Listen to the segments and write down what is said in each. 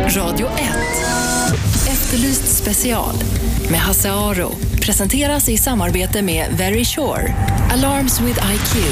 Radio 1. Efterlyst special med Hasse Aro. Presenteras i samarbete med Very Sure. Alarms with IQ.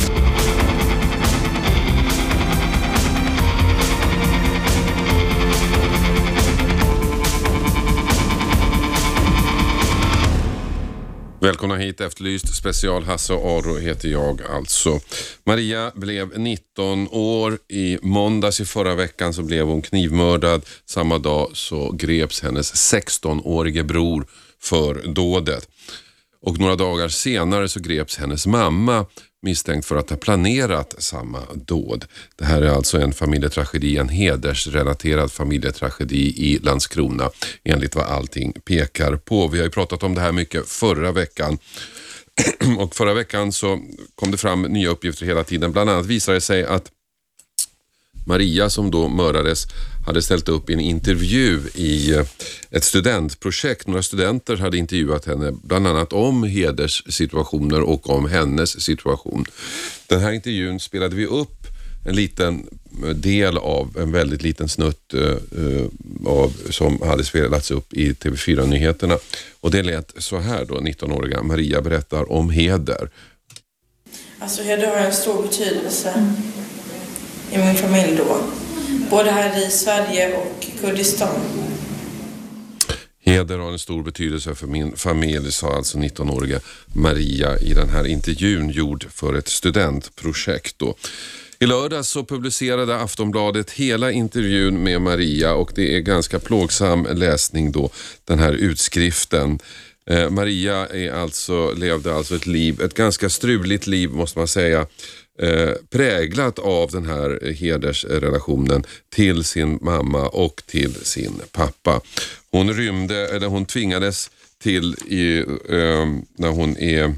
Välkomna hit, Efterlyst special. Hasse Aro heter jag alltså. Maria blev 19 år. I måndags i förra veckan så blev hon knivmördad. Samma dag så greps hennes 16-årige bror för dådet. Och några dagar senare så greps hennes mamma misstänkt för att ha planerat samma dåd. Det här är alltså en familjetragedi, en hedersrelaterad familjetragedi i Landskrona, enligt vad allting pekar på. Vi har ju pratat om det här mycket förra veckan. Och förra veckan så kom det fram nya uppgifter hela tiden. Bland annat visade det sig att Maria, som då mördades, hade ställt upp i en intervju i ett studentprojekt. Några studenter hade intervjuat henne bland annat om hederssituationer och om hennes situation. Den här intervjun spelade vi upp en liten del av, en väldigt liten snutt av, som hade spelats upp i TV4-nyheterna. Och det lät så här då, 19-åriga Maria berättar om heder. Alltså heder har en stor betydelse i min familj då. Både här i Sverige och Kurdistan. Heder har en stor betydelse för min familj, sa alltså 19-åriga Maria i den här intervjun gjord för ett studentprojekt då. I lördag så publicerade Aftonbladet hela intervjun med Maria och det är ganska plågsam läsning då, den här utskriften. Maria levde alltså ett ganska struligt liv, måste man säga. Präglat av den här hedersrelationen till sin mamma och till sin pappa. Hon tvingades till när hon är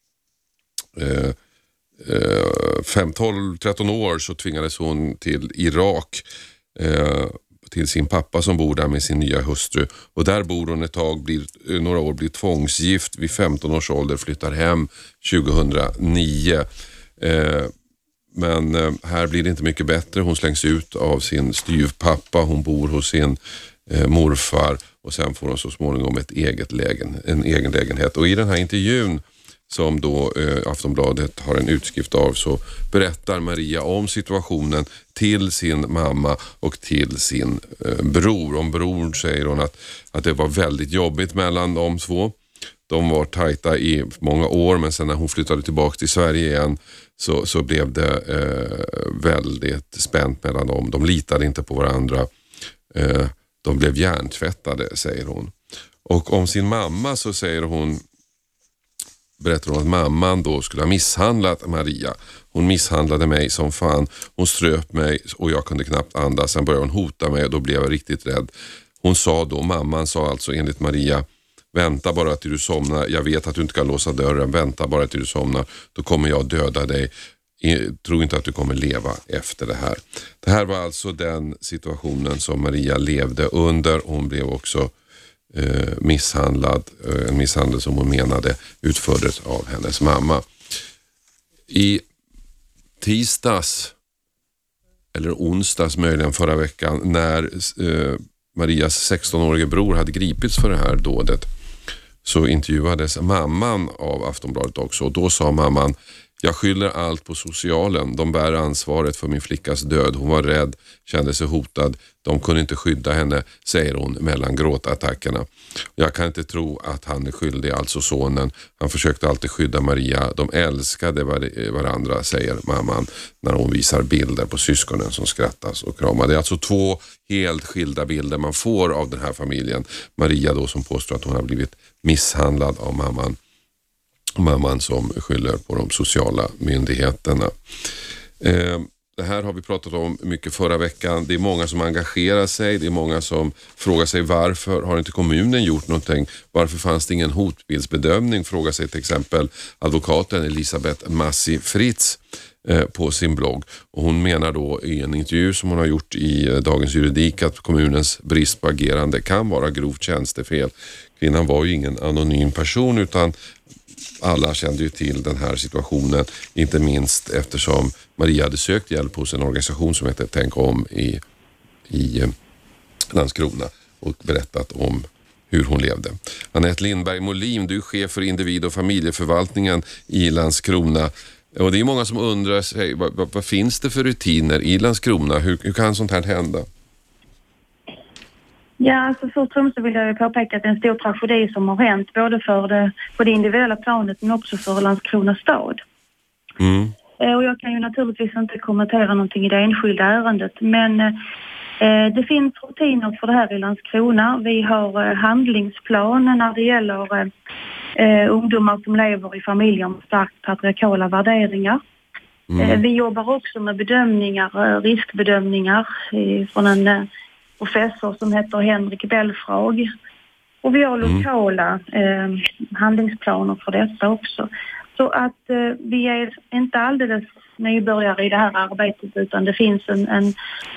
13 år så tvingades hon till Irak till sin pappa som bor där med sin nya hustru. Och där bor hon ett tag, några år, blir tvångsgift vid 15 års ålder, flyttar hem 2009. Men här blir det inte mycket bättre. Hon slängs ut av sin styvpappa. Hon bor hos sin morfar och sen får hon så småningom en egen lägenhet. Och i den här intervjun som då Aftonbladet har en utskrift av så berättar Maria om situationen till sin mamma och till sin bror. Om bror säger hon att det var väldigt jobbigt mellan de två. De var tajta i många år, men sen när hon flyttade tillbaka till Sverige igen så blev det väldigt spänt mellan dem. De litade inte på varandra. De blev hjärntvättade, säger hon. Och om sin mamma så berättar hon att mamman då skulle ha misshandlat Maria. Hon misshandlade mig som fan. Hon ströp mig och jag kunde knappt andas. Sen började hon hota mig och då blev jag riktigt rädd. Mamman sa alltså enligt Maria: vänta bara till du somnar. Jag vet att du inte kan låsa dörren. Vänta bara till du somnar. Då kommer jag döda dig. Tro inte att du kommer leva efter det här. Det här var alltså den situationen som Maria levde under. Hon blev också misshandlad. En misshandel som hon menade utfördes av hennes mamma. I tisdags eller onsdags möjligen förra veckan, när Marias 16-årige bror hade gripits för det här dådet, så intervjuades mamman av Aftonbladet också. Och då sa mamman: jag skyller allt på socialen. De bär ansvaret för min flickas död. Hon var rädd, kände sig hotad. De kunde inte skydda henne, säger hon mellan gråtattackerna. Jag kan inte tro att han är skyldig, alltså sonen. Han försökte alltid skydda Maria. De älskade varandra, säger mamman när hon visar bilder på syskonen som skrattas och kramar. Det är alltså 2 helt skilda bilder man får av den här familjen. Maria då som påstår att hon har blivit misshandlad av mamman. Mamman som skyller på de sociala myndigheterna. Det här har vi pratat om mycket förra veckan. Det är många som engagerar sig. Det är många som frågar sig varför har inte kommunen gjort någonting? Varför fanns det ingen hotbildsbedömning? Frågar sig till exempel advokaten Elisabeth Massi Fritz på sin blogg. Och hon menar då i en intervju som hon har gjort i Dagens Juridik att kommunens brist på agerande kan vara grovt tjänstefel. Kvinnan var ju ingen anonym person utan alla kände ju till den här situationen, inte minst eftersom Maria hade sökt hjälp hos en organisation som heter Tänk om i Landskrona och berättat om hur hon levde. Anette Lindberg Molin, du är chef för individ- och familjeförvaltningen i Landskrona. Och det är många som undrar sig, vad finns det för rutiner i Landskrona? Hur kan sånt här hända? Ja, alltså först och främst vill jag påpeka att det är en stor tragedi som har hänt både på det individuella planet men också för Landskrona stad. Och jag kan ju naturligtvis inte kommentera någonting i det enskilda ärendet, men det finns rutiner för det här i Landskrona. Vi har handlingsplaner när det gäller ungdomar som lever i familjer med starkt patriarkala värderingar. Vi jobbar också med bedömningar, riskbedömningar från en professor som heter Henrik Belfrag. Och vi har lokala handlingsplaner för detta också. Så att vi är inte alldeles nybörjare i det här arbetet, utan det finns en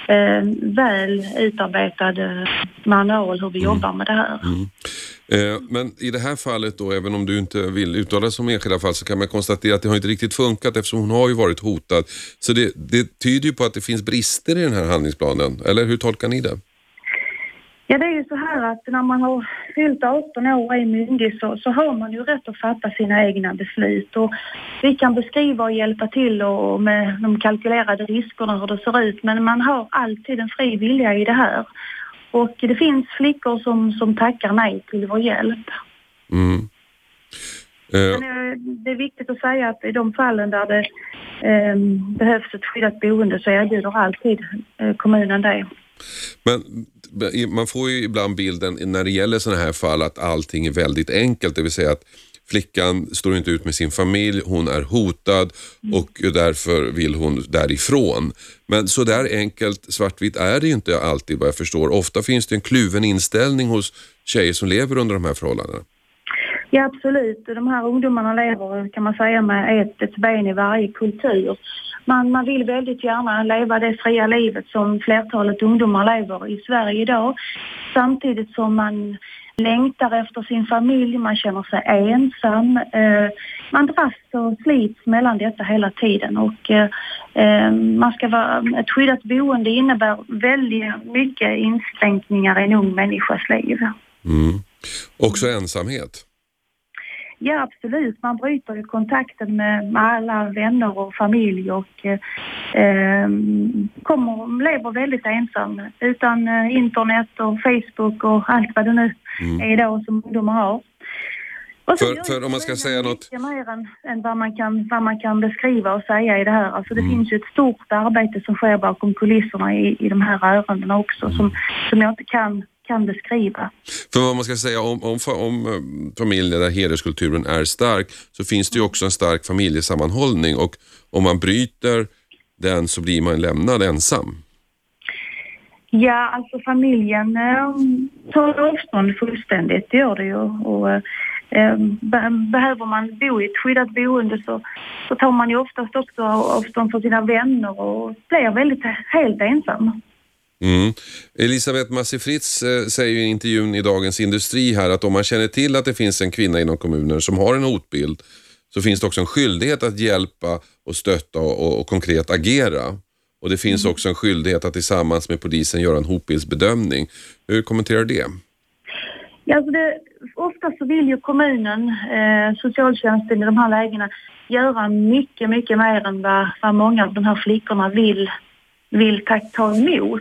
väl utarbetad manual hur vi jobbar med det här. Men i det här fallet då, även om du inte vill uttala dig som enskilda fall, så kan man konstatera att det har inte riktigt funkat eftersom hon har ju varit hotad. Så det tyder ju på att det finns brister i den här handlingsplanen. Eller hur tolkar ni det? Ja, det är ju så här att när man har fyllt 18 år och är myndig så har man ju rätt att fatta sina egna beslut. Och vi kan beskriva och hjälpa till och med de kalkylerade riskerna hur det ser ut. Men man har alltid en fri vilja i det här. Och det finns flickor som tackar nej till vår hjälp. Men det är viktigt att säga att i de fallen där det behövs ett skyddat boende så erbjuder alltid kommunen det. Men man får ju ibland bilden när det gäller sådana här fall att allting är väldigt enkelt. Det vill säga att flickan står inte ut med sin familj, hon är hotad och därför vill hon därifrån. Men så där enkelt svartvitt är det ju inte alltid, vad jag förstår. Ofta finns det en kluven inställning hos tjejer som lever under de här förhållandena. Ja, absolut. De här ungdomarna lever, kan man säga, med ett ben i varje kultur. Man vill väldigt gärna leva det fria livet som flertalet ungdomar lever i Sverige idag. Samtidigt som man längtar efter sin familj, man känner sig ensam. Man dras och slits mellan detta hela tiden. Och man ska vara, ett skyddat boende innebär väldigt mycket inskränkningar i en ung människas liv. Också ensamhet? Ja, absolut. Man bryter ju kontakten med alla vänner och familj och lever väldigt ensam utan internet och Facebook och allt vad det nu är idag som ungdomar har. Och för om man ska säga något mer än vad man kan beskriva och säga i det här. Alltså det finns ju ett stort arbete som sker bakom kulisserna i de här ärendena också som jag inte kan beskriva. För vad man ska säga om familjer där hederskulturen är stark, så finns det ju också en stark familjesammanhållning, och om man bryter den så blir man lämnad ensam. Ja, alltså familjen tar avstånd fullständigt, det gör det ju. Och behöver man bo i ett skyddat boende så tar man ju oftast också avstånd för sina vänner och blir helt ensam. Elisabeth Massi-Fritz säger i intervjun i Dagens Industri här att om man känner till att det finns en kvinna inom kommunen som har en hotbild, så finns det också en skyldighet att hjälpa och stötta och konkret agera. Och det finns också en skyldighet att tillsammans med polisen göra en hotbildsbedömning. Hur kommenterar du det? Ja, alltså ofta så vill ju kommunen, socialtjänsten i de här lägena göra mycket, mycket mer än vad många av de här flickorna vill ta emot.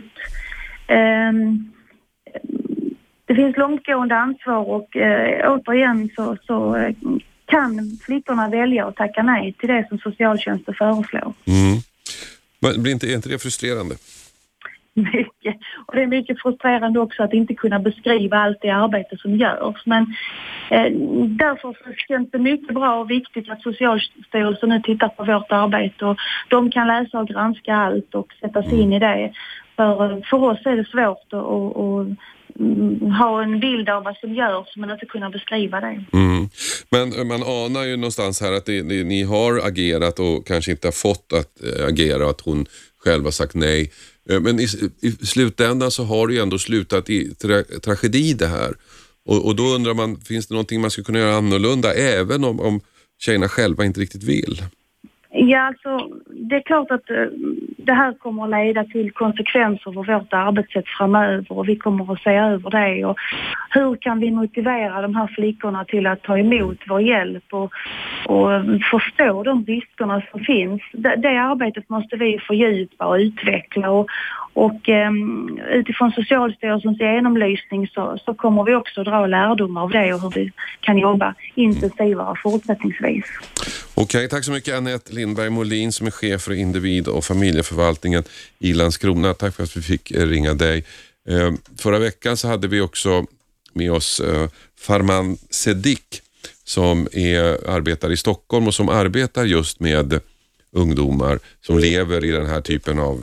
Det finns långtgående ansvar och återigen så kan flickorna välja att tacka nej till det som socialtjänsten föreslår. Men är inte det frustrerande? Mycket. Och det är mycket frustrerande också att inte kunna beskriva allt det arbete som görs. Men därför känns det mycket bra och viktigt att Socialstyrelsen nu tittar på vårt arbete och de kan läsa och granska allt och sätta sig in i det. För oss är det svårt att ha en bild av vad som görs men inte kunna beskriva det. Men man anar ju någonstans här att ni har agerat och kanske inte har fått att agera, att hon själv har sagt nej. Men i slutändan så har det ju ändå slutat i tragedi det här. Och då undrar man, finns det någonting man skulle kunna göra annorlunda även om tjejerna själva inte riktigt vill? Ja, alltså det är klart att det här kommer att leda till konsekvenser för vårt arbetssätt framöver och vi kommer att se över det och hur kan vi motivera de här flickorna till att ta emot vår hjälp och förstå de riskerna som finns. Det arbetet måste vi fördjupa och utveckla och utifrån Socialstyrelsens genomlysning så kommer vi också dra lärdom av det och hur vi kan jobba intensivare fortsättningsvis. Okej, tack så mycket Annette Lindberg Molin som är chef för individ- och familjeförvaltningen i Landskrona. Tack för att vi fick ringa dig. Förra veckan så hade vi också med oss Farman Sedik som arbetar i Stockholm och som arbetar just med ungdomar som lever i den här typen av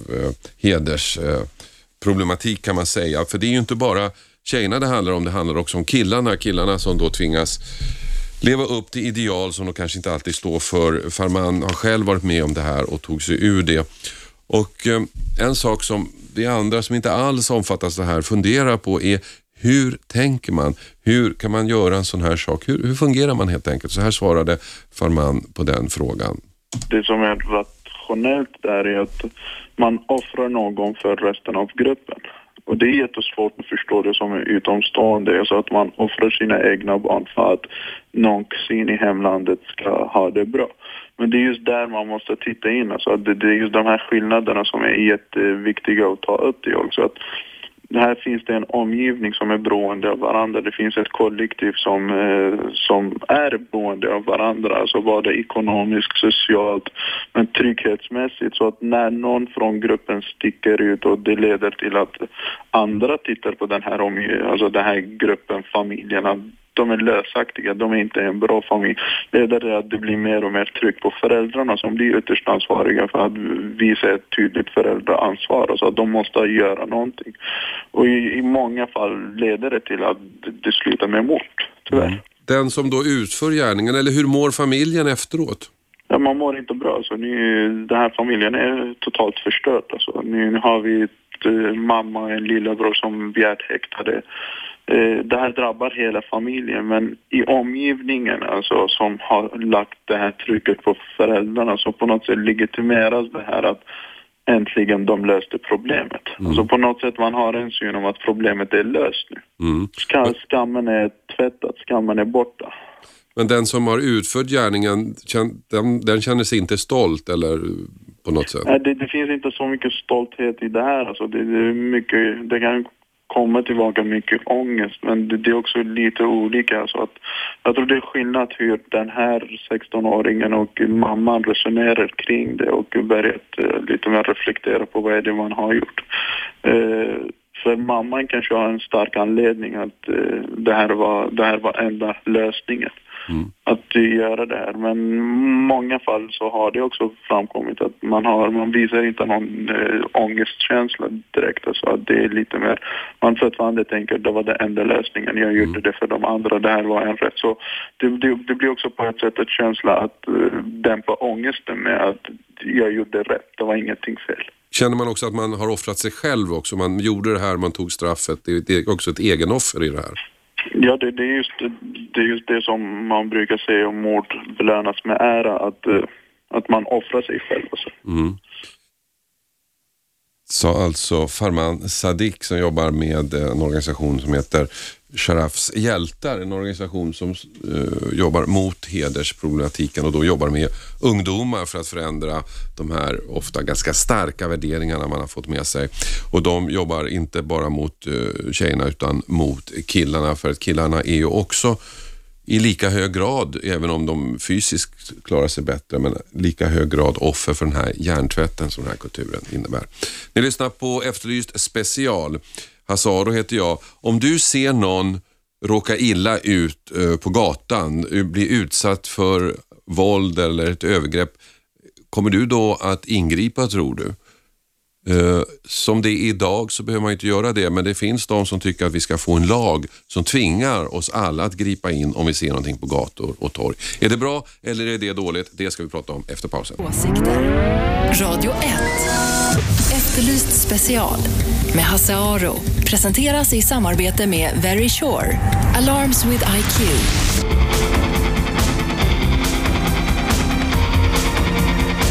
hedersproblematik kan man säga. För det är ju inte bara tjejerna det handlar också om killarna som då tvingas leva upp till ideal som de kanske inte alltid står för. Farman har själv varit med om det här och tog sig ur det. Och en sak som de andra som inte alls omfattas det här funderar på är hur tänker man? Hur kan man göra en sån här sak? Hur fungerar man helt enkelt? Så här svarade Farman på den frågan. Det som är rationellt där är att man offrar någon för resten av gruppen. Och det är jättesvårt att förstå det som är utomstående. Så att man offrar sina egna barn för att någon kusin i hemlandet ska ha det bra. Men det är just där man måste titta in. Alltså det är just de här skillnaderna som är jätteviktiga att ta upp det också. Att här finns det en omgivning som är beroende av varandra. Det finns ett kollektiv som är beroende av varandra. Alltså både ekonomiskt, socialt, men trygghetsmässigt. Så att när någon från gruppen sticker ut och det leder till att andra tittar på den här gruppen, familjerna, de är lösaktiga, de är inte en bra familj. Det är att det blir mer och mer tryck på föräldrarna som blir ytterst ansvariga för att visa ett tydligt föräldraansvar. Och så att de måste göra någonting. Och i många fall leder det till att det slutar med mord, tyvärr. Den som då utför gärningen, eller hur mår familjen efteråt? Ja, man mår inte bra. Så den här familjen är totalt förstört. Alltså, nu har vi mamma och en lillebror som begärt häktade. Det här drabbar hela familjen, men i omgivningen alltså, som har lagt det här trycket på föräldrarna, så på något sätt legitimeras det här att äntligen de löste problemet. Alltså på något sätt man har en syn om att problemet är löst nu. Skammen är tvättad, skammen är borta. Men den som har utfört gärningen, den känner sig inte stolt eller på något sätt? Nej, det finns inte så mycket stolthet i det här. Alltså det är mycket, det kan komma tillbaka mycket ångest, men det är också lite olika. Alltså att, jag tror det är skillnad hur den här 16-åringen och mamman resonerar kring det och börjat lite mer reflektera på vad är det man har gjort. För mamman kanske har en stark anledning att det här var enda lösningen. Att göra det här. Men många fall så har det också framkommit att man visar inte någon ångestkänsla direkt. Alltså att det är lite mer, man fortfarande tänker det var den enda lösningen, jag gjorde det för de andra, det här var en rätt. Så det blir också på ett sätt ett känsla att dämpa ångesten med att jag gjorde rätt, det var ingenting fel. Känner man också att man har offrat sig själv också? Man gjorde det här, man tog straffet, det är också ett egenoffer i det här. Ja, det är just det som man brukar säga om mord belönas med ära, att man offrar sig själv. Alltså. Så alltså Farman Sadik som jobbar med en organisation som heter Sharafs hjältar, en organisation som jobbar mot hedersproblematiken och då jobbar med ungdomar för att förändra de här ofta ganska starka värderingarna man har fått med sig. Och de jobbar inte bara mot tjejerna utan mot killarna, för att killarna är ju också i lika hög grad, även om de fysiskt klarar sig bättre, men lika hög grad offer för den här hjärntvätten som den här kulturen innebär. Ni lyssnar på Efterlyst special. Hassaro heter jag. Om du ser någon råka illa ut på gatan, bli utsatt för våld eller ett övergrepp, kommer du då att ingripa, tror du? Som det är idag så behöver man inte göra det, men det finns de som tycker att vi ska få en lag som tvingar oss alla att gripa in om vi ser någonting på gator och torg. Är det bra eller är det dåligt? Det ska vi prata om efter pausen. Åsikter. Radio 1. Efterlyst special med Hasse Aro presenteras i samarbete med Very Sure. Alarms with IQ.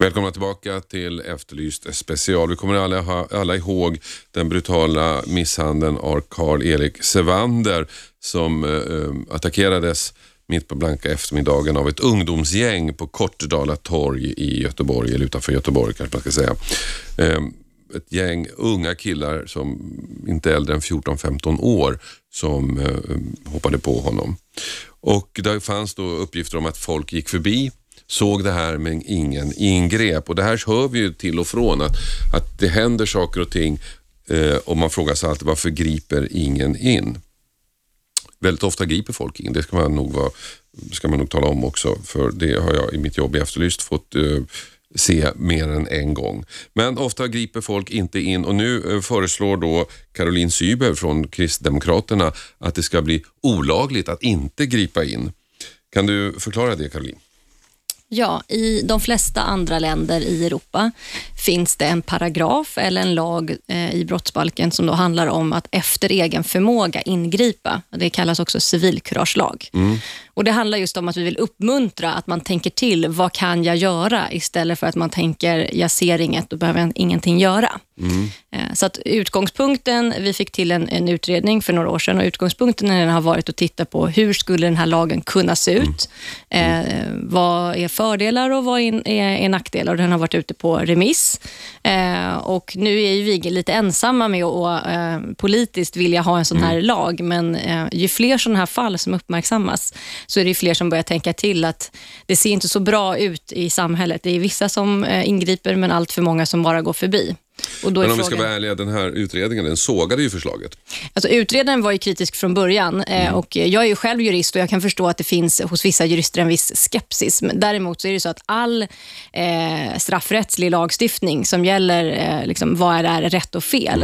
Välkomna tillbaka till Efterlyst special. Vi kommer alla ihåg den brutala misshandeln av Karl-Erik Sevander som attackerades mitt på blanka eftermiddagen av ett ungdomsgäng på Kortedala torg i Göteborg, eller utanför Göteborg kanske man ska säga. Ett gäng unga killar som inte är äldre än 14-15 år som hoppade på honom. Och där fanns då uppgifter om att folk gick förbi, såg det här men ingen ingrep. Och det här hör vi ju till och från att det händer saker och ting och man frågar sig alltid varför griper ingen in. Väldigt ofta griper folk in, det ska man nog tala om också, för det har jag i mitt jobb i Efterlyst fått se mer än en gång. Men ofta griper folk inte in och nu föreslår då Caroline Syber från Kristdemokraterna att det ska bli olagligt att inte gripa in. Kan du förklara det, Caroline? Ja, i de flesta andra länder i Europa finns det en paragraf eller en lag i brottsbalken som då handlar om att efter egen förmåga ingripa. Det kallas också civilkuragelag. Och det handlar just om att vi vill uppmuntra att man tänker till, vad kan jag göra? Istället för att man tänker, jag ser inget, då behöver jag ingenting göra. Så att utgångspunkten, vi fick till en utredning för några år sedan och utgångspunkten har varit att titta på hur skulle den här lagen kunna se ut? Vad är fördelar och vad är nackdelar? Och den har varit ute på remiss. Och nu är ju vi lite ensamma med att politiskt vilja ha en sån här lag, men ju fler sådana här fall som uppmärksammas så är det fler som börjar tänka till att det ser inte så bra ut i samhället. Det är vissa som ingriper men allt för många som bara går förbi. Och då men om vi ska vara ärliga, den här utredningen, den sågade ju förslaget. Alltså utredaren var ju kritisk från början och jag är ju själv jurist och jag kan förstå att det finns hos vissa jurister en viss skepsis. Men däremot så är det så att all straffrättslig lagstiftning som gäller liksom, vad är rätt och fel,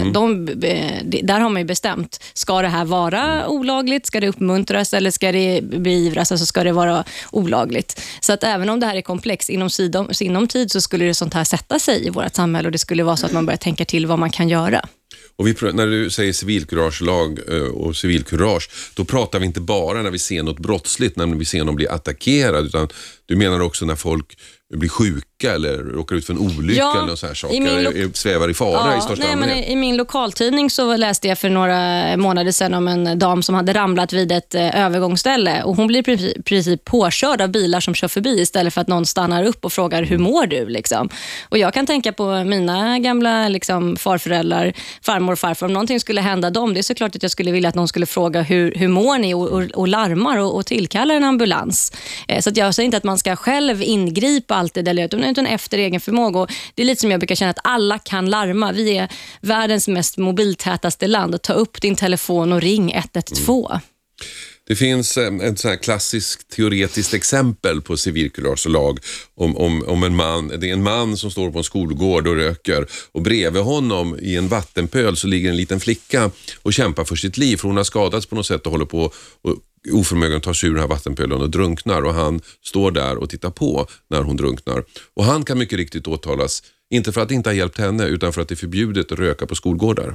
där har man ju bestämt, ska det här vara olagligt, ska det uppmuntras eller ska det beivras, alltså ska det vara olagligt. Så att även om det här är komplext inom tid så skulle det sånt här sätta sig i vårt samhälle och det skulle vara så att man börjar tänka till vad man kan göra. Och när du säger civilkuragelag och civilkurage, då pratar vi inte bara när vi ser något brottsligt, när vi ser någon bli attackerad, utan du menar också när folk blir sjuka eller råkar ut för en olycka eller så här saker, svävar i fara i största allmänhet. Men i min lokaltidning så läste jag för några månader sedan om en dam som hade ramlat vid ett övergångsställe och hon blir i princip påkörd av bilar som kör förbi istället för att någon stannar upp och frågar hur mår du liksom. Och jag kan tänka på mina gamla liksom, farföräldrar, farmor och farfar, om någonting skulle hända dem, det är såklart att jag skulle vilja att någon skulle fråga hur mår ni och larmar och tillkallar en ambulans. Så att jag säger inte att man ska själv ingripa alltid eller utan efter egen förmåga. Och det är lite som jag brukar känna att alla kan larma. Vi är världens mest mobiltätaste land och ta upp din telefon och ring 112. Det finns ett så här klassiskt teoretiskt exempel på civilkuragelag om en man. Det är en man som står på en skolgård och röker och bredvid honom i en vattenpöl så ligger en liten flicka och kämpar för sitt liv för hon har skadats på något sätt och håller på och oförmögen att ta sig ur den här vattenpölen och drunknar och han står där och tittar på när hon drunknar. Och han kan mycket riktigt åtalas, inte för att det inte har hjälpt henne utan för att det är förbjudet att röka på skolgårdar.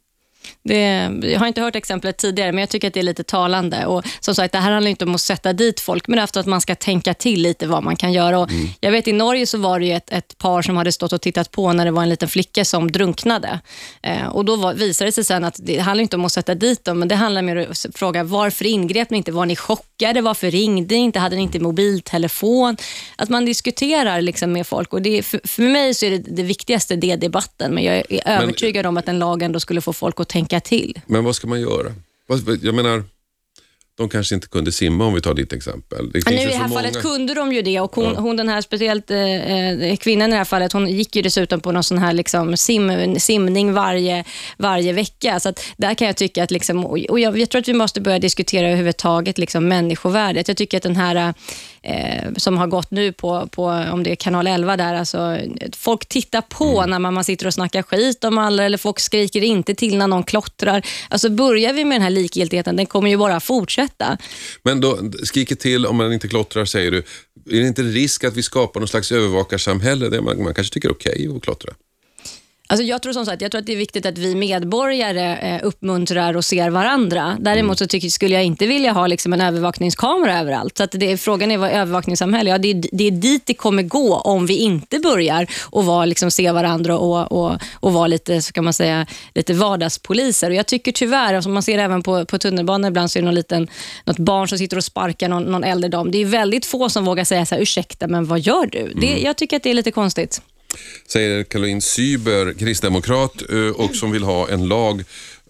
Jag har inte hört exemplet tidigare, men jag tycker att det är lite talande. Och som sagt, det här handlar inte om att sätta dit folk, men efter att man ska tänka till lite vad man kan göra. Och jag vet, i Norge så var det ju ett par som hade stått och tittat på när det var en liten flicka som drunknade. Och då visade det sig sen att det handlar inte om att sätta dit dem, men det handlar mer om att fråga varför ingrep ni inte? Var ni chockade? Varför ringde ni inte? Hade ni inte mobiltelefon? Att man diskuterar liksom med folk. Och det, för mig så är det viktigaste det debatten, men jag är övertygad om att en lag ändå skulle få folk att tänka till. Men vad ska man göra? Jag menar, de kanske inte kunde simma om vi tar ditt exempel. Nu i det här fallet kunde de ju det och hon den här speciellt kvinnan i det här fallet, hon gick ju dessutom på någon sån här liksom simning varje vecka. Så att där kan jag tycka att liksom, och jag tror att vi måste börja diskutera överhuvudtaget liksom människovärdet. Jag tycker att den här som har gått nu på om det är kanal 11 där, alltså folk tittar på när man sitter och snackar skit om alla, eller folk skriker inte till när någon klottrar. Alltså börjar vi med den här likgiltigheten, den kommer ju bara fortsätta. Men då skriker till om man inte klottrar, säger du, är det inte risk att vi skapar någon slags övervakarsamhälle där man kanske tycker okej att klottra? Alltså jag tror att det är viktigt att vi medborgare uppmuntrar och ser varandra. Däremot så skulle jag inte vilja ha liksom en övervakningskamera överallt. Så att frågan är vad övervakningssamhälle, det är dit det kommer gå om vi inte börjar och vara liksom se varandra och vara lite, så kan man säga, lite vardagspoliser. Och jag tycker tyvärr, alltså man ser även på tunnelbanan ibland, så är det något barn som sitter och sparkar någon äldre dam. Det är väldigt få som vågar säga så här: ursäkta, men vad gör du? Jag tycker att det är lite konstigt. Säger Caroline Syber, kristdemokrat, och som vill ha en lag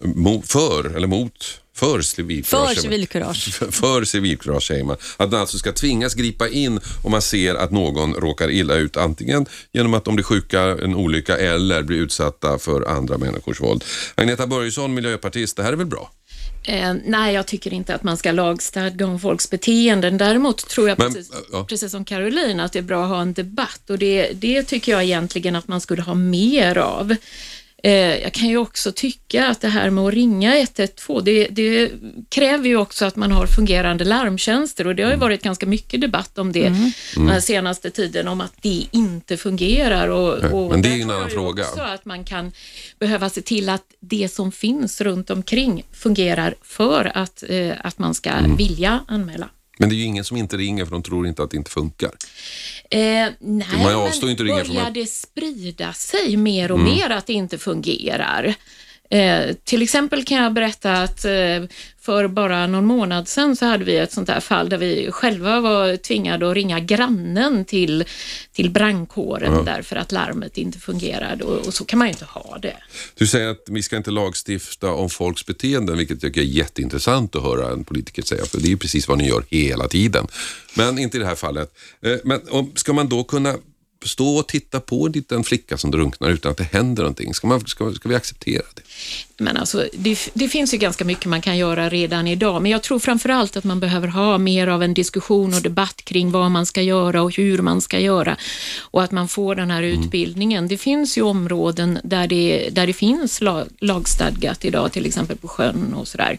för civilkurage. För civilkurage säger man. Att man alltså ska tvingas gripa in om man ser att någon råkar illa ut, antingen genom att de blir sjuka, en olycka, eller blir utsatta för andra människors våld. Agneta Börjesson, miljöpartist, det här är väl bra? Nej, jag tycker inte att man ska lagstadga om folks beteenden. Däremot tror jag precis som Caroline att det är bra att ha en debatt, och det tycker jag egentligen att man skulle ha mer av. Jag kan ju också tycka att det här med att ringa 112, det kräver ju också att man har fungerande larmtjänster, och det har ju varit ganska mycket debatt om det den senaste tiden, om att det inte fungerar. Men det är en annan fråga. Också att man kan behöva se till att det som finns runt omkring fungerar för att man ska vilja anmäla. Men det är ju ingen som inte ringer för de tror inte att det inte funkar. Nej, man avstår inte ringa börjar det sprida sig mer och mer att det inte fungerar. Till exempel kan jag berätta att för bara någon månad sedan så hade vi ett sånt här fall där vi själva var tvingade att ringa grannen till brandkåren därför att larmet inte fungerade, och så kan man ju inte ha det. Du säger att vi ska inte lagstifta om folks beteenden, vilket jag tycker är jätteintressant att höra en politiker säga, för det är ju precis vad ni gör hela tiden. Men inte i det här fallet. Men ska man då kunna stå och titta på en liten flicka som drunknar utan att det händer någonting? Ska vi acceptera det? Men alltså, det finns ju ganska mycket man kan göra redan idag, men jag tror framförallt att man behöver ha mer av en diskussion och debatt kring vad man ska göra och hur man ska göra, och att man får den här utbildningen. Det finns ju områden där det finns lagstadgat idag, till exempel på sjön och sådär.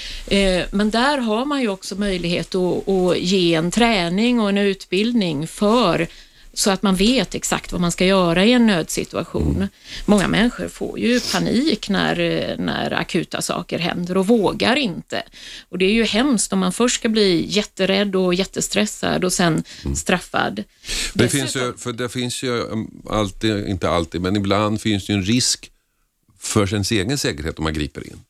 Men där har man ju också möjlighet att ge en träning och en utbildning så att man vet exakt vad man ska göra i en nödsituation. Många människor får ju panik när akuta saker händer och vågar inte. Och det är ju hemskt om man först ska bli jätterädd och jättestressad och sen straffad. Det finns ju alltid, inte alltid, men ibland finns det ju en risk för sin egen säkerhet om man griper in.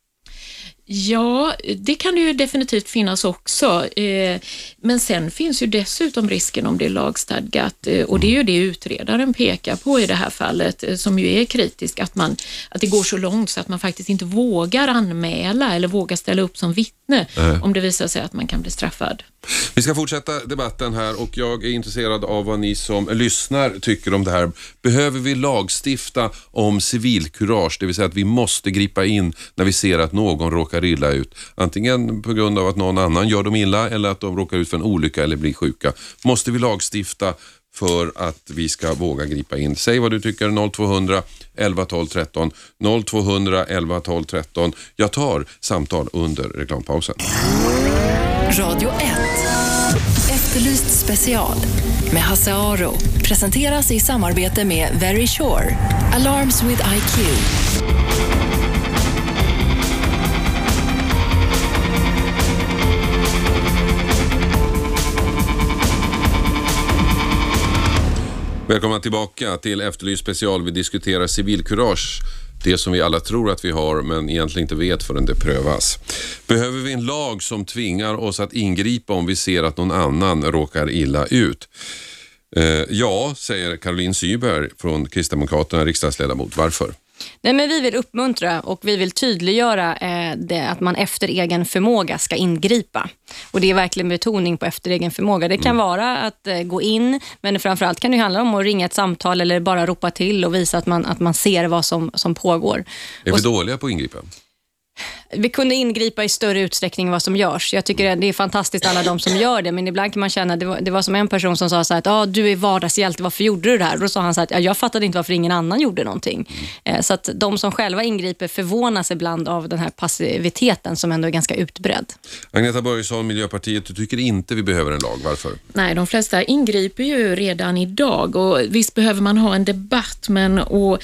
Ja, det kan det ju definitivt finnas också. Men sen finns ju dessutom risken om det är lagstadgat. Och det är ju det utredaren pekar på i det här fallet, som ju är kritisk, att det går så långt så att man faktiskt inte vågar anmäla eller vågar ställa upp som vittne om det visar sig att man kan bli straffad. Vi ska fortsätta debatten här, och jag är intresserad av vad ni som lyssnar tycker om det här. Behöver vi lagstifta om civilkurage, det vill säga att vi måste gripa in när vi ser att någon råkar illa ut, antingen på grund av att någon annan gör dem illa eller att de råkar ut för en olycka eller blir sjuka? Måste vi lagstifta för att vi ska våga gripa in? Säg vad du tycker. 0200 11 12 13 0200 11 12 13. Jag tar samtal under reklampausen. Radio 1. Efterlyst special med Hasse Aro presenteras i samarbete med Very Sure. Alarms with IQ. Välkomna tillbaka till Efterlyst special. Vi diskuterar civilkurage. Det som vi alla tror att vi har, men egentligen inte vet förrän det prövas. Behöver vi en lag som tvingar oss att ingripa om vi ser att någon annan råkar illa ut? Ja, säger Caroline Syber från Kristdemokraterna, riksdagsledamot. Varför? Nej, men vi vill uppmuntra och vi vill tydliggöra att man efter egen förmåga ska ingripa. Och det är verkligen betoning på efter egen förmåga. Det kan vara att gå in, men framförallt kan det handla om att ringa ett samtal eller bara ropa till och visa att man ser vad som pågår. Är vi dåliga på att ingripa? Vi kunde ingripa i större utsträckning än vad som görs. Jag tycker det är fantastiskt alla de som gör det, men ibland kan man känna, det var som en person som sa så här att du är vardagshjälte, varför gjorde du det här? Och då sa han så här att jag fattade inte varför ingen annan gjorde någonting. Så att de som själva ingriper förvånas ibland av den här passiviteten som ändå är ganska utbredd. Agneta Börjesson, Miljöpartiet, du tycker inte vi behöver en lag. Varför? Nej, de flesta ingriper ju redan idag, och visst behöver man ha en debatt, men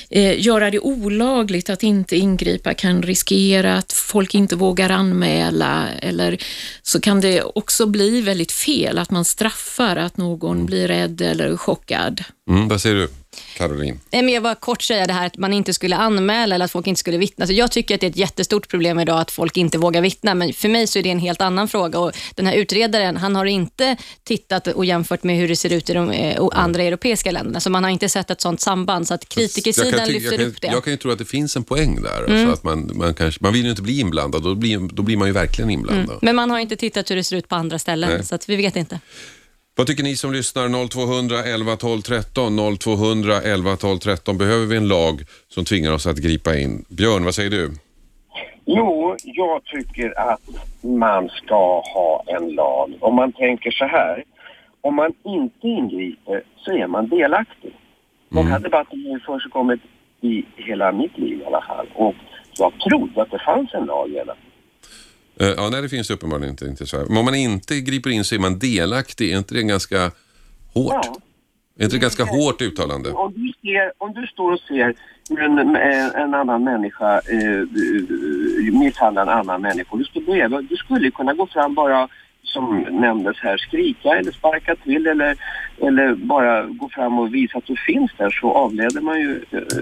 göra det olagligt att inte ingripa kan riskera att folk inte vågar anmäla, eller så kan det också bli väldigt fel att man straffar att någon blir rädd eller chockad. Vad säger du, Caroline? Men jag bara kort säga det här att man inte skulle anmäla eller att folk inte skulle vittna. Så jag tycker att det är ett jättestort problem idag att folk inte vågar vittna, men för mig så är det en helt annan fråga. Och den här utredaren, han har inte tittat och jämfört med hur det ser ut i de andra europeiska länderna, så man har inte sett ett sånt samband, så att kritikersidan lyfter upp det. Jag kan ju tro att det finns en poäng där, alltså att man vill ju inte bli inblandad, då blir man ju verkligen inblandad. Men man har inte tittat hur det ser ut på andra ställen. Så att vi vet inte. Vad tycker ni som lyssnar? 0200 11 12 13 0200 11 12 13. Behöver vi en lag som tvingar oss att gripa in? Björn, vad säger du? Jo, jag tycker att man ska ha en lag. Om man tänker så här, om man inte ingriper så är man delaktig. Den här debatten har försigkommit i hela mitt liv i alla fall. Och jag trodde att det fanns en lag redan. Ja, nej, det finns uppenbarligen inte så här. Men om man inte griper in så är man delaktig. Är inte det ganska hårt? Ja. Är inte det ganska hårt uttalande? Om du står och ser hur en annan människa misshandlar en annan människa, du skulle kunna gå fram bara, som nämndes här, skrika eller sparka till eller bara gå fram och visa att du finns där, så avleder man ju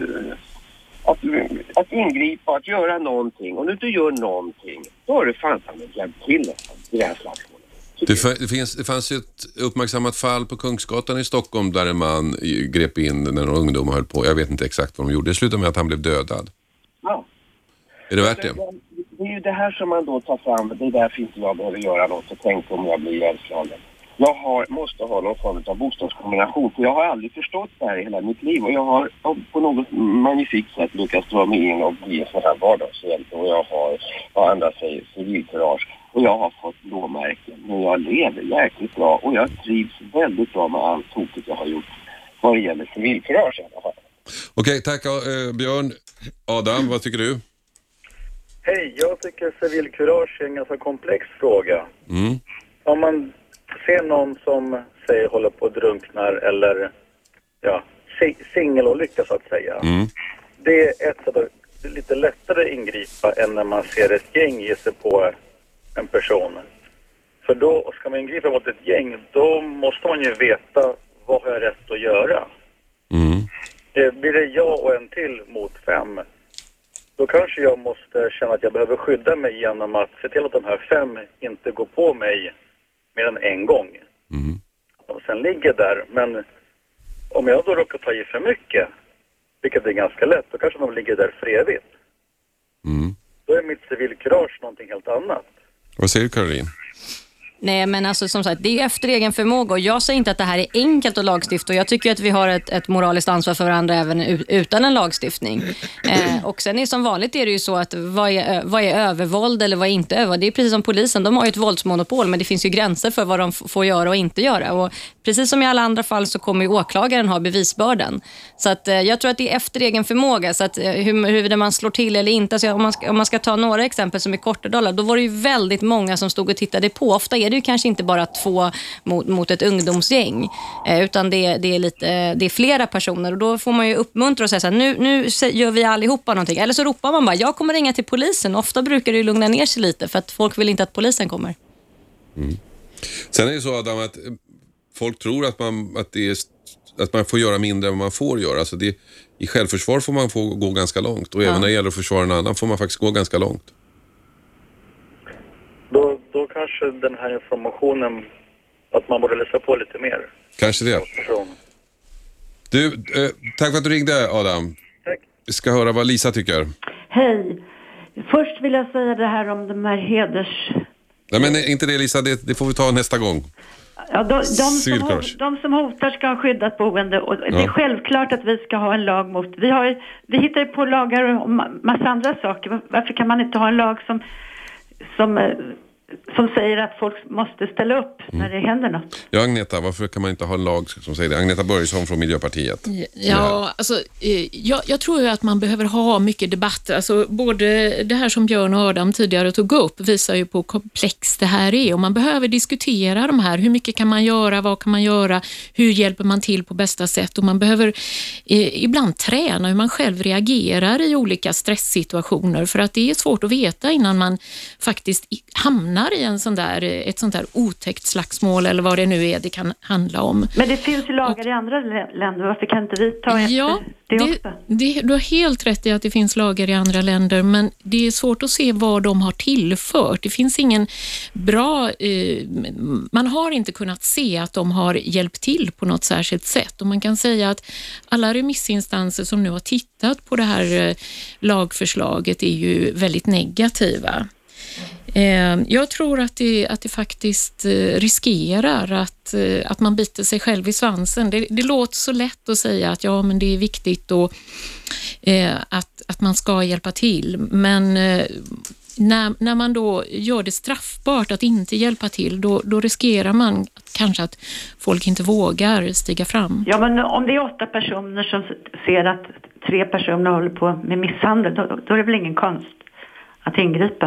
att ingripa, att göra någonting. Om du inte gör någonting, då har du fan hjälpt till i det här slagsmålet. Det fanns ett uppmärksammat fall på Kungsgatan i Stockholm där en man grep in när några ungdomar höll på. Jag vet inte exakt vad de gjorde. Det slutade med att han blev dödad. Ja. Är det värt det? Det är ju det här som man då tar fram. Det är därför inte jag behöver göra något och tänka om jag blir ihjälslagen. Jag måste ha någon form av bostadskombination, för jag har aldrig förstått det här i hela mitt liv, och jag har på något magnifikt sätt lyckats dra mig in och bli en sån här vardagshjälte, och jag har, vad andra säger, civilkurage, och jag har fått blåmärken, men jag lever jäkligt bra och jag trivs väldigt bra med allt tokigt jag har gjort vad det gäller civilkurage i alla fall. Okej, tack Björn. Adam, vad tycker du? Hej, jag tycker civilkurage är en ganska komplex fråga. Om man ser någon som säger håller på att drunknar eller singelolycka så att säga. Det är ett sätt att det är lite lättare ingripa än när man ser ett gäng ge sig på en person. För då ska man ingripa mot ett gäng, då måste man ju veta vad har jag rätt att göra. Blir det jag och en till mot 5, då kanske jag måste känna att jag behöver skydda mig genom att se till att de här 5 inte går på mig mer än en gång. Och sen ligger där, men om jag då råkar ta i för mycket, vilket är ganska lätt, då kanske de ligger där för evigt. Då är mitt civilkurage någonting helt annat. Vad säger du, Caroline? Nej, men alltså som sagt, det är efter egen förmåga, och jag säger inte att det här är enkelt att lagstifta, och jag tycker att vi har ett moraliskt ansvar för varandra även utan en lagstiftning. Och sen är som vanligt är det ju så att vad är övervåld eller vad är inte övervåld? Det är precis som polisen, de har ju ett våldsmonopol, men det finns ju gränser för vad de får göra och inte göra, och precis som i alla andra fall så kommer ju åklagaren ha bevisbördan. Så att jag tror att det är efter egen förmåga, så att huruvida man slår till eller inte, alltså om man ska ta några exempel som är Kortedala, då var det ju väldigt många som stod och tittade på. Ofta är det ju kanske inte bara 2 mot ett ungdomsgäng, utan det är flera personer, och då får man ju uppmuntra och säga så här, nu gör vi allihopa någonting, eller så ropar man bara, jag kommer ringa till polisen. Ofta brukar det ju lugna ner sig lite, för att folk vill inte att polisen kommer. Sen är det så, Adam, att folk tror att man får göra mindre än vad man får göra. Alltså i självförsvar får man få gå ganska långt, och även när det gäller att försvara en annan får man faktiskt gå ganska långt. Då kanske den här informationen, att man borde läsa på lite mer. Kanske det. Du, tack för att du ringde, Adam. Tack. Vi ska höra vad Lisa tycker. Hej. Först vill jag säga det här om de här Nej, men inte det, Lisa, det får vi ta nästa gång. Ja, de som hotar ska ha skyddat boende, och det är självklart att vi ska ha en lag mot. Vi hittar ju på lagar och massa andra saker. Varför kan man inte ha en lag som som säger att folk måste ställa upp när det händer något. Ja, Agneta, varför kan man inte ha en lag som säger det? Agneta Börjesson från Miljöpartiet. Ja, alltså, jag tror ju att man behöver ha mycket debatt. Alltså, både det här som Björn och Adam tidigare tog upp visar ju på hur komplext det här är. Och man behöver diskutera de här. Hur mycket kan man göra? Vad kan man göra? Hur hjälper man till på bästa sätt? Och man behöver ibland träna hur man själv reagerar i olika stresssituationer. För att det är svårt att veta innan man faktiskt hamnar i ett sånt där otäckt slagsmål eller vad det nu är det kan handla om. Men det finns ju lagar i andra länder. Varför kan inte vi ta efter det? Du har helt rätt i att det finns lagar i andra länder, men det är svårt att se vad de har tillfört. Det finns ingen bra... man har inte kunnat se att de har hjälpt till på något särskilt sätt. Och man kan säga att alla remissinstanser som nu har tittat på det här lagförslaget är ju väldigt negativa. Jag tror att det faktiskt riskerar att man biter sig själv i svansen. Det låter så lätt att säga att ja, men det är viktigt och att man ska hjälpa till. Men när man då gör det straffbart att inte hjälpa till, då riskerar man kanske att folk inte vågar stiga fram. Ja, men om det är 8 personer som ser att 3 personer håller på med misshandel, då är det väl ingen konst att ingripa.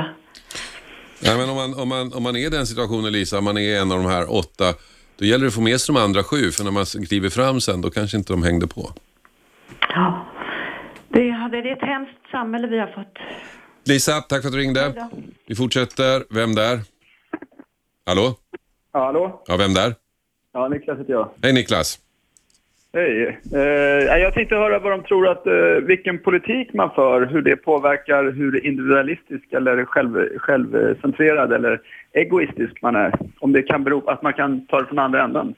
Ja, men om man är i den situationen, Lisa, man är en av de här 8, då gäller det att få med sig de andra 7, för när man kliver fram sen, då kanske inte de hängde på. Ja, det är ett hemskt samhälle vi har fått. Lisa, tack för att du ringde. Vi fortsätter. Vem där? Hallå? Ja, hallå? Ja, vem där? Ja, Niklas heter jag. Hej Niklas. Hej. Jag tänkte höra vad de tror att vilken politik man för, hur det påverkar hur individualistisk eller självcentrerad eller egoistisk man är. Om det kan bero på att man kan ta det från andra änden.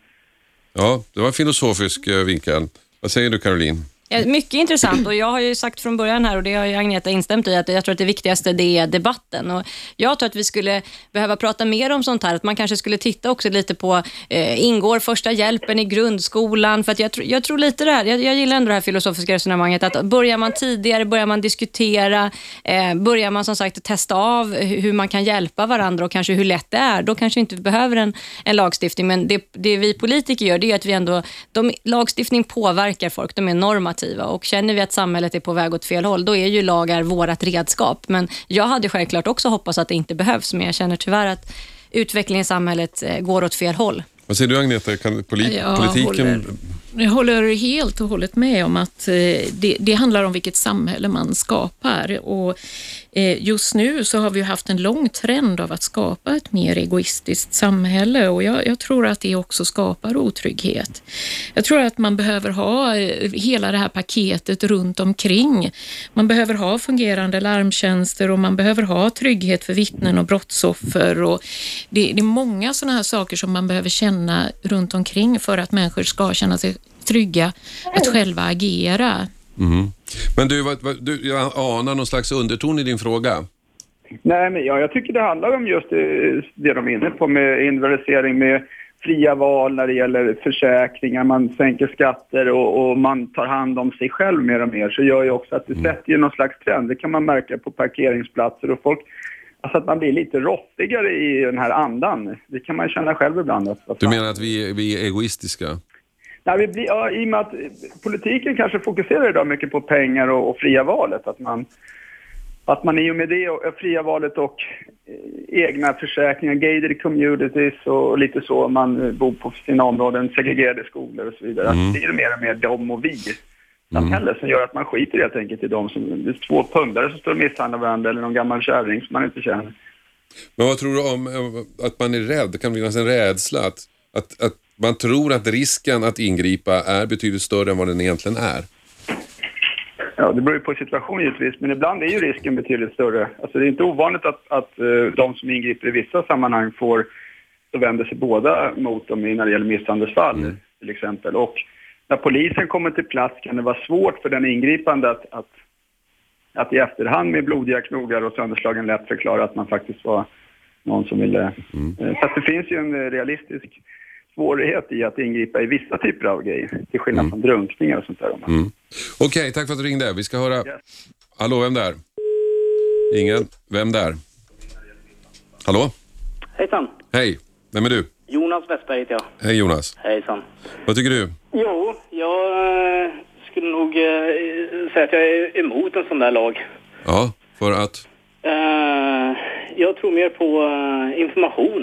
Ja, det var en filosofisk vinkel. Vad säger du, Caroline? Ja, mycket intressant, och jag har ju sagt från början här, och det har ju Agneta instämt i, att jag tror att det viktigaste det är debatten, och jag tror att vi skulle behöva prata mer om sånt här, att man kanske skulle titta också lite på ingår första hjälpen i grundskolan, för att jag tror lite det här, jag gillar ändå det här filosofiska resonemanget, att börjar man tidigare, börjar man diskutera, börjar man som sagt testa av hur man kan hjälpa varandra och kanske hur lätt det är, då kanske vi inte behöver en lagstiftning, men det vi politiker gör, det är att vi ändå, lagstiftning påverkar folk, de är normativa. Och känner vi att samhället är på väg åt fel håll, då är ju lagar vårat redskap. Men jag hade självklart också hoppats att det inte behövs, men jag känner tyvärr att utvecklingen i samhället går åt fel håll. Vad säger du, Agneta? Kan politiken... Jag håller helt och hållet med om att det handlar om vilket samhälle man skapar, och just nu så har vi ju haft en lång trend av att skapa ett mer egoistiskt samhälle, och jag tror att det också skapar otrygghet. Jag tror att man behöver ha hela det här paketet runt omkring. Man behöver ha fungerande larmtjänster, och man behöver ha trygghet för vittnen och brottsoffer, och det är många sådana här saker som man behöver känna runt omkring för att människor ska känna sig trygga att själva agera. Mm. Men jag anar någon slags underton i din fråga. Nej, men jag tycker det handlar om just det de är inne på med individualisering, med fria val när det gäller försäkringar, man sänker skatter och man tar hand om sig själv mer och mer, så gör ju också att det sätter ju någon slags trend. Det kan man märka på parkeringsplatser och folk, alltså att man blir lite rottigare i den här andan. Det kan man känna själv ibland. Du menar att vi är egoistiska? Nej, i och med att politiken kanske fokuserar idag mycket på pengar och fria valet. Att man i och med det och fria valet och egna försäkringar, gated communities och lite så, man bor på sina områden, segregerade skolor och så vidare. Att det är mer och mer dom och vi samhälle som gör att man skiter helt enkelt i dem som det är 2 pundare som står och misshandlar varandra eller någon gammal kärring som man inte känner. Men vad tror du om att man är rädd? Det kan finnas en rädsla att man tror att risken att ingripa är betydligt större än vad den egentligen är. Ja, det beror ju på situation givetvis, men ibland är ju risken betydligt större. Alltså det är inte ovanligt att de som ingriper i vissa sammanhang så vänder sig båda mot dem när det gäller misshandelsfall till exempel. Och när polisen kommer till plats kan det vara svårt för den ingripande att i efterhand med blodiga knogar och sönderslagen lätt förklara att man faktiskt var någon som ville... Så att det finns ju en realistisk svårighet i att ingripa i vissa typer av grejer, till skillnad från drunkningar och sånt där. Okej, tack för att du ringde. Vi ska höra... Yes. Hallå, vem där? Ingen. Vem där? Hallå? Hejsan. Hej, vem är du? Jonas Westberg heter jag. Hej Jonas. Hejsan. Vad tycker du? Jo, jag skulle nog säga att jag är emot en sån där lag. Ja, för att? Jag tror mer på information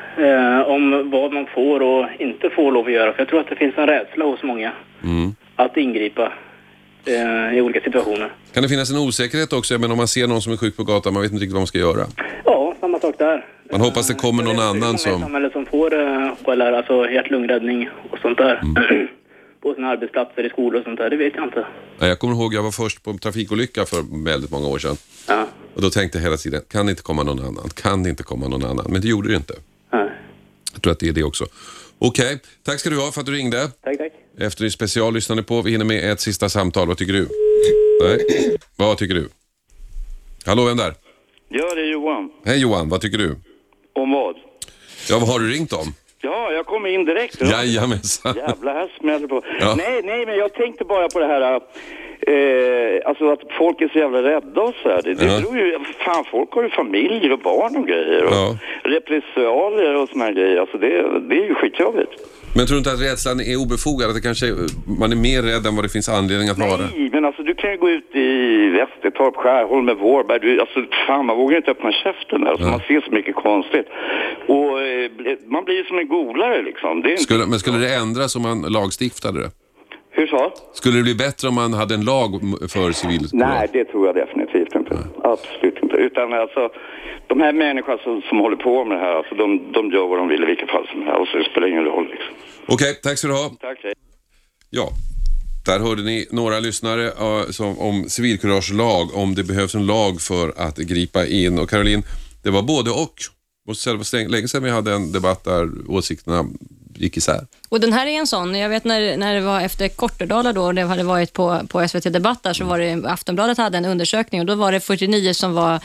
om vad man får och inte får lov att göra. För jag tror att det finns en rädsla hos många att ingripa i olika situationer. Kan det finnas en osäkerhet också? Men om man ser någon som är sjuk på gatan, man vet inte riktigt vad man ska göra. Ja, samma sak där. Man hoppas det kommer någon annan som... Det är många i samhället som får HLR, alltså hjärt-lungräddning och sånt där. På sina arbetsplatser, i skolor och sånt där, det vet jag inte. Nej, jag kommer ihåg, jag var först på en trafikolycka för väldigt många år sedan. Ja. Och då tänkte jag hela tiden, kan det inte komma någon annan? Kan det inte komma någon annan? Men det gjorde det inte. Nej. Jag tror att det är det också. Okej, tack ska du ha för att du ringde. Tack. Efter special lyssnade på, vi hinner med ett sista samtal. Vad tycker du? Nej. Vad tycker du? Hallå, vem där? Ja, det är Johan. Hej Johan, vad tycker du? Om vad? Ja, vad har du ringt om? Ja, jag kommer in direkt. Jajamensan. Jävla här smäller på. Ja. Nej, men jag tänkte bara på det här... alltså att folk är så jävla rädda och så här. Det beror ju... Fan, folk har ju familjer och barn och grejer. Och repressalier och såna här grejer. Alltså det är ju skitjobbigt. Men tror du inte att rädslan är obefogad? Att det kanske, man är mer rädd än vad det finns anledning att vara? Nej, men alltså du kan ju gå ut i Västertorp, Skärholm med Vårberg. Alltså fan, man vågar inte öppna käften där. Alltså, man ser så mycket konstigt. Och man blir ju som en golare liksom. Det är inte... Men skulle det ändras om man lagstiftade det? Hur så? Skulle det bli bättre om man hade en lag för civil? Nej, det tror jag definitivt inte. Absolut inte. Utan alltså, de här människorna som håller på med det här, alltså, de gör vad de vill i vilka fall som helst. Alltså, det spelar ingen roll liksom. Okej, tack ska du ha. Tack, hej. Ja, där hörde ni några lyssnare om civilkuragelag, om det behövs en lag för att gripa in. Och Caroline, det var både och. Måste säga, det var länge sedan vi hade en debatt där åsikterna gick isär. Och den här är en sån, jag vet när det var efter Kortedala då, det hade varit på SVT Debatt där, så var det, Aftonbladet hade en undersökning och då var det 49 som var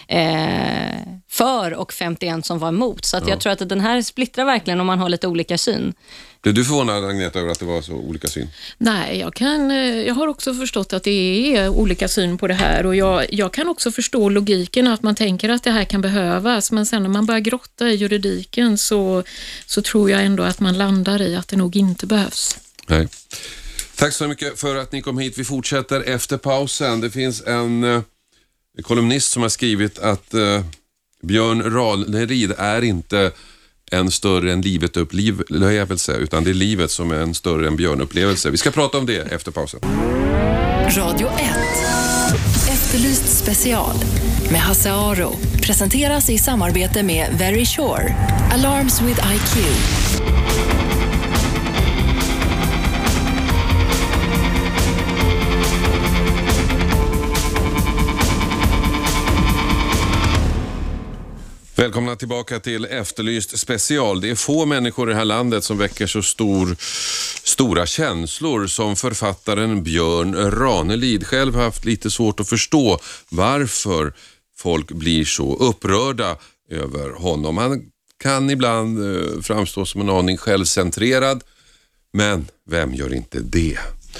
för och 51 som var emot. Så att jag tror att den här splittrar verkligen om man har lite olika syn. Blev du förvånad, Agneta, över att det var så olika syn? Nej, jag har också förstått att det är olika syn på det här, och jag kan också förstå logiken att man tänker att det här kan behövas, men sen när man börjar grotta i juridiken så tror jag ändå att man landar i att det nog inte behövs. Nej. Tack så mycket för att ni kom hit. Vi fortsätter efter pausen. Det finns en kolumnist som har skrivit att Björn Ranelid är inte en större än livet upplevelse, utan det är livet som är en större än björnupplevelse. Vi ska prata om det efter pausen. Radio 1. Efterlyst special med Hasse Aro presenteras i samarbete med Very Sure. Alarms with IQ. Välkomna tillbaka till Efterlyst special. Det är få människor i det här landet som väcker så stora känslor som författaren Björn Ranelid. Själv har haft lite svårt att förstå varför folk blir så upprörda över honom. Han kan ibland framstå som en aning självcentrerad, men vem gör inte det?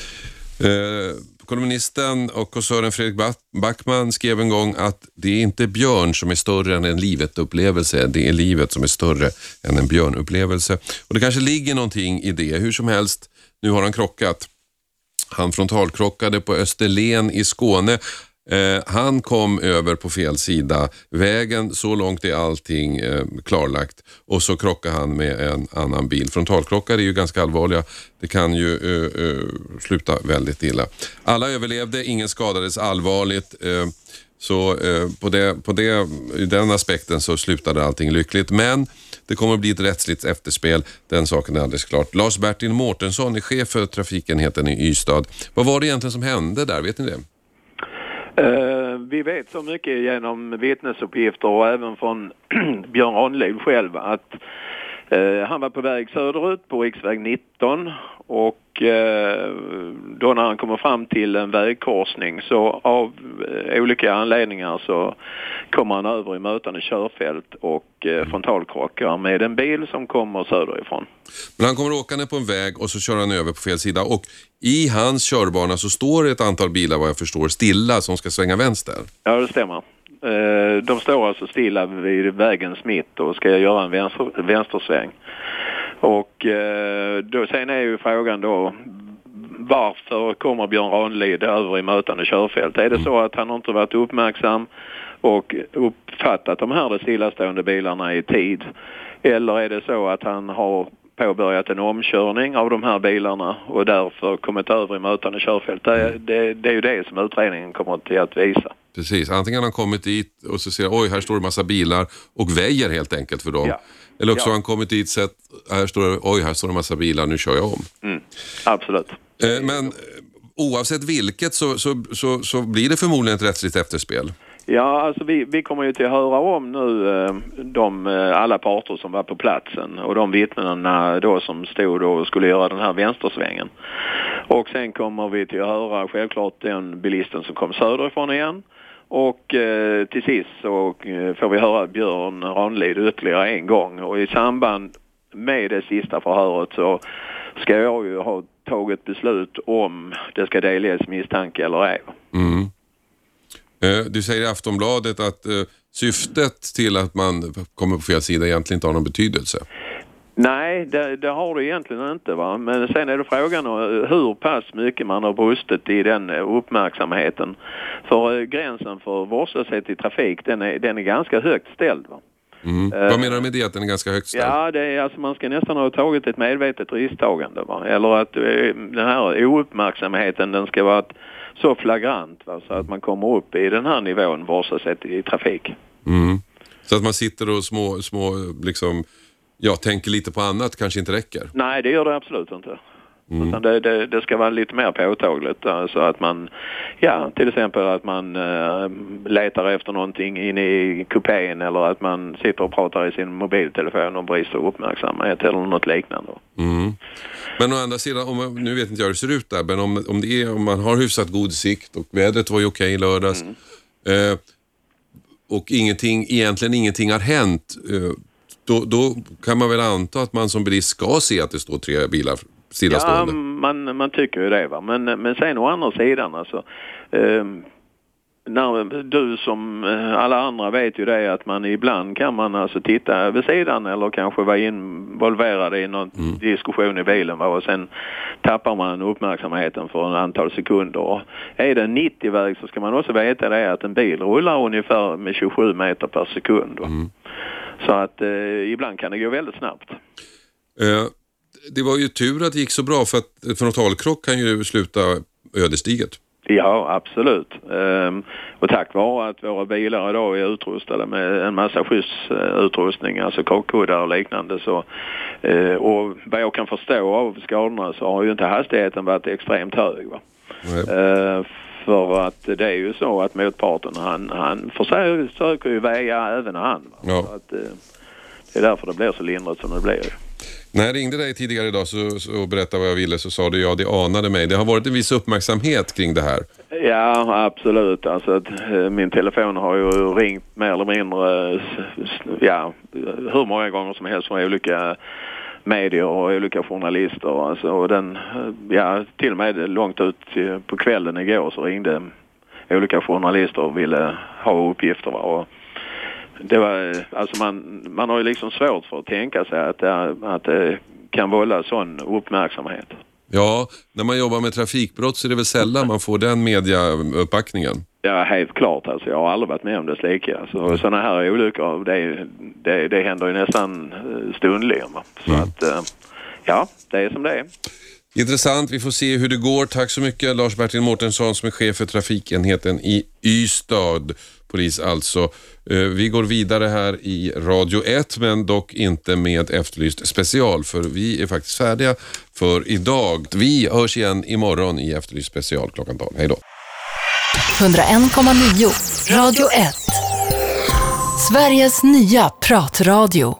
Kolumnisten och kåsören Fredrik Backman skrev en gång att det är inte björn som är större än en livet-upplevelse. Det är livet som är större än en björnupplevelse. Och det kanske ligger någonting i det. Hur som helst, nu har han krockat. Han frontalkrockade på Österlen i Skåne. Han kom över på fel sida vägen, så långt är allting klarlagt, och så krockade han med en annan bil. Frontalkrockar är ju ganska allvarliga, det kan ju sluta väldigt illa. Alla överlevde, ingen skadades allvarligt, så i den aspekten så slutade allting lyckligt, men det kommer att bli ett rättsligt efterspel, den saken är alldeles klart. Lars-Bertil Mårtensson är chef för trafikenheten i Ystad. Vad var det egentligen som hände där, vet ni det? Vi vet så mycket genom vittnesuppgifter och även från Björn Ranelid själv att han var på väg söderut på riksväg 19 och då när han kommer fram till en vägkorsning så av olika anledningar så kommer han över i mötande körfält och frontalkrockar med en bil som kommer söderifrån. Men han kommer åkande på en väg och så kör han över på fel sida, och i hans körbana så står det ett antal bilar, vad jag förstår, stilla som ska svänga vänster. Ja, det stämmer. De står alltså stilla vid vägens mitt och ska göra en vänstersväng. Och då, sen är ju frågan då, varför kommer Björn Ranelid över i mötande körfält? Är det så att han inte varit uppmärksam och uppfattat de här stillastående bilarna i tid? Eller är det så att han har påbörjat en omkörning av de här bilarna och därför kommit över i mötande körfält? Det är ju det som utredningen kommer till att visa. Precis, antingen har han kommit dit och så ser oj, här står det massa bilar och väjer helt enkelt för dem. Ja. Eller också har han kommit dit och sett, här står det, oj, här står det massa bilar, nu kör jag om. Absolut. Men oavsett vilket så blir det förmodligen ett rättsligt efterspel. Ja, alltså vi kommer ju till att höra om nu alla parter som var på platsen och de vittnena då som stod och skulle göra den här vänstersvängen. Och sen kommer vi till att höra självklart den bilisten som kom söderifrån igen. Och till sist så får vi höra Björn Ranelid ytterligare en gång. Och i samband med det sista förhöret så ska jag ju ha tagit beslut om det ska delges misstanke eller ej. Mm. Du säger i Aftonbladet att syftet till att man kommer på fel sida egentligen inte har någon betydelse. Nej, det har det egentligen inte, va? Men sen är det frågan hur pass mycket man har brustit i den uppmärksamheten. För gränsen för vårdslöshet i trafik, den är ganska högt ställd, va? Vad menar du med det, att den är ganska högt ställd? Ja, det är, alltså, man ska nästan ha tagit ett medvetet risktagande, va? Eller att den här ouppmärksamheten, den ska vara så flagrant, va? Så att man kommer upp i den här nivån vårdslöshet i trafik. Så att man sitter och små liksom, tänker lite på annat kanske inte räcker? Nej, det gör det absolut inte. Utan det ska vara lite mer påtagligt. Alltså att man, till exempel att man letar efter någonting inne i kupén eller att man sitter och pratar i sin mobiltelefon och brister uppmärksamhet eller något liknande. Men å andra sidan, nu vet inte jag hur det ser ut där, men om man har hyfsat god sikt och vädret var ju okej i lördags och egentligen ingenting har hänt, då kan man väl anta att man som bilist ska se att det står 3 bilar stillastående. Ja, man tycker ju det, va. Men sen å andra sidan, alltså, när du som alla andra vet ju det att man ibland kan man alltså titta över sidan eller kanske vara involverad i någon diskussion i bilen, va, och sen tappar man uppmärksamheten för en antal sekunder. Och är det 90-väg så ska man också veta det att en bil rullar ungefär med 27 meter per sekund. Så att ibland kan det gå väldigt snabbt. Det var ju tur att det gick så bra, för att frontalkrock kan ju sluta ödesdigert. Ja, absolut. Och tack vare att våra bilar idag är utrustade med en massa skyddsutrustning, alltså krockkuddar och liknande, så, och vad jag kan förstå av skadorna så har ju inte hastigheten varit extremt hög, va? För att det är ju så att motparten han försöker ju väja även han, va? Ja. Så att, det är därför det blir så lindrigt som det blir. När jag ringde dig tidigare idag så berättade vad jag ville, så sa du det anade mig. Det har varit en viss uppmärksamhet kring det här. Ja, absolut. Alltså att min telefon har ju ringt mer eller mindre hur många gånger som helst från olika medier och olika journalister. Alltså, och den, till och med långt ut på kvällen igår så ringde olika journalister och ville ha uppgifter, va? Och det var, alltså man har ju liksom svårt för att tänka sig att det kan vålla sån uppmärksamhet. Ja, när man jobbar med trafikbrott så är det väl sällan man får den mediauppbackningen. Ja, helt klart. Alltså, jag har aldrig varit med om det lika. Alltså, sådana här olyckor, det händer ju nästan stundligen. Så att, det är som det är. Intressant, vi får se hur det går. Tack så mycket, Lars-Bertil Mårtensson, som är chef för trafikenheten i Ystad. Polis alltså. Vi går vidare här i Radio 1, men dock inte med Efterlyst special, för vi är faktiskt färdiga för idag. Vi hörs igen imorgon i Efterlyst special klockan 12. Hej då. 101,9 Radio 1. Sveriges nya pratradio.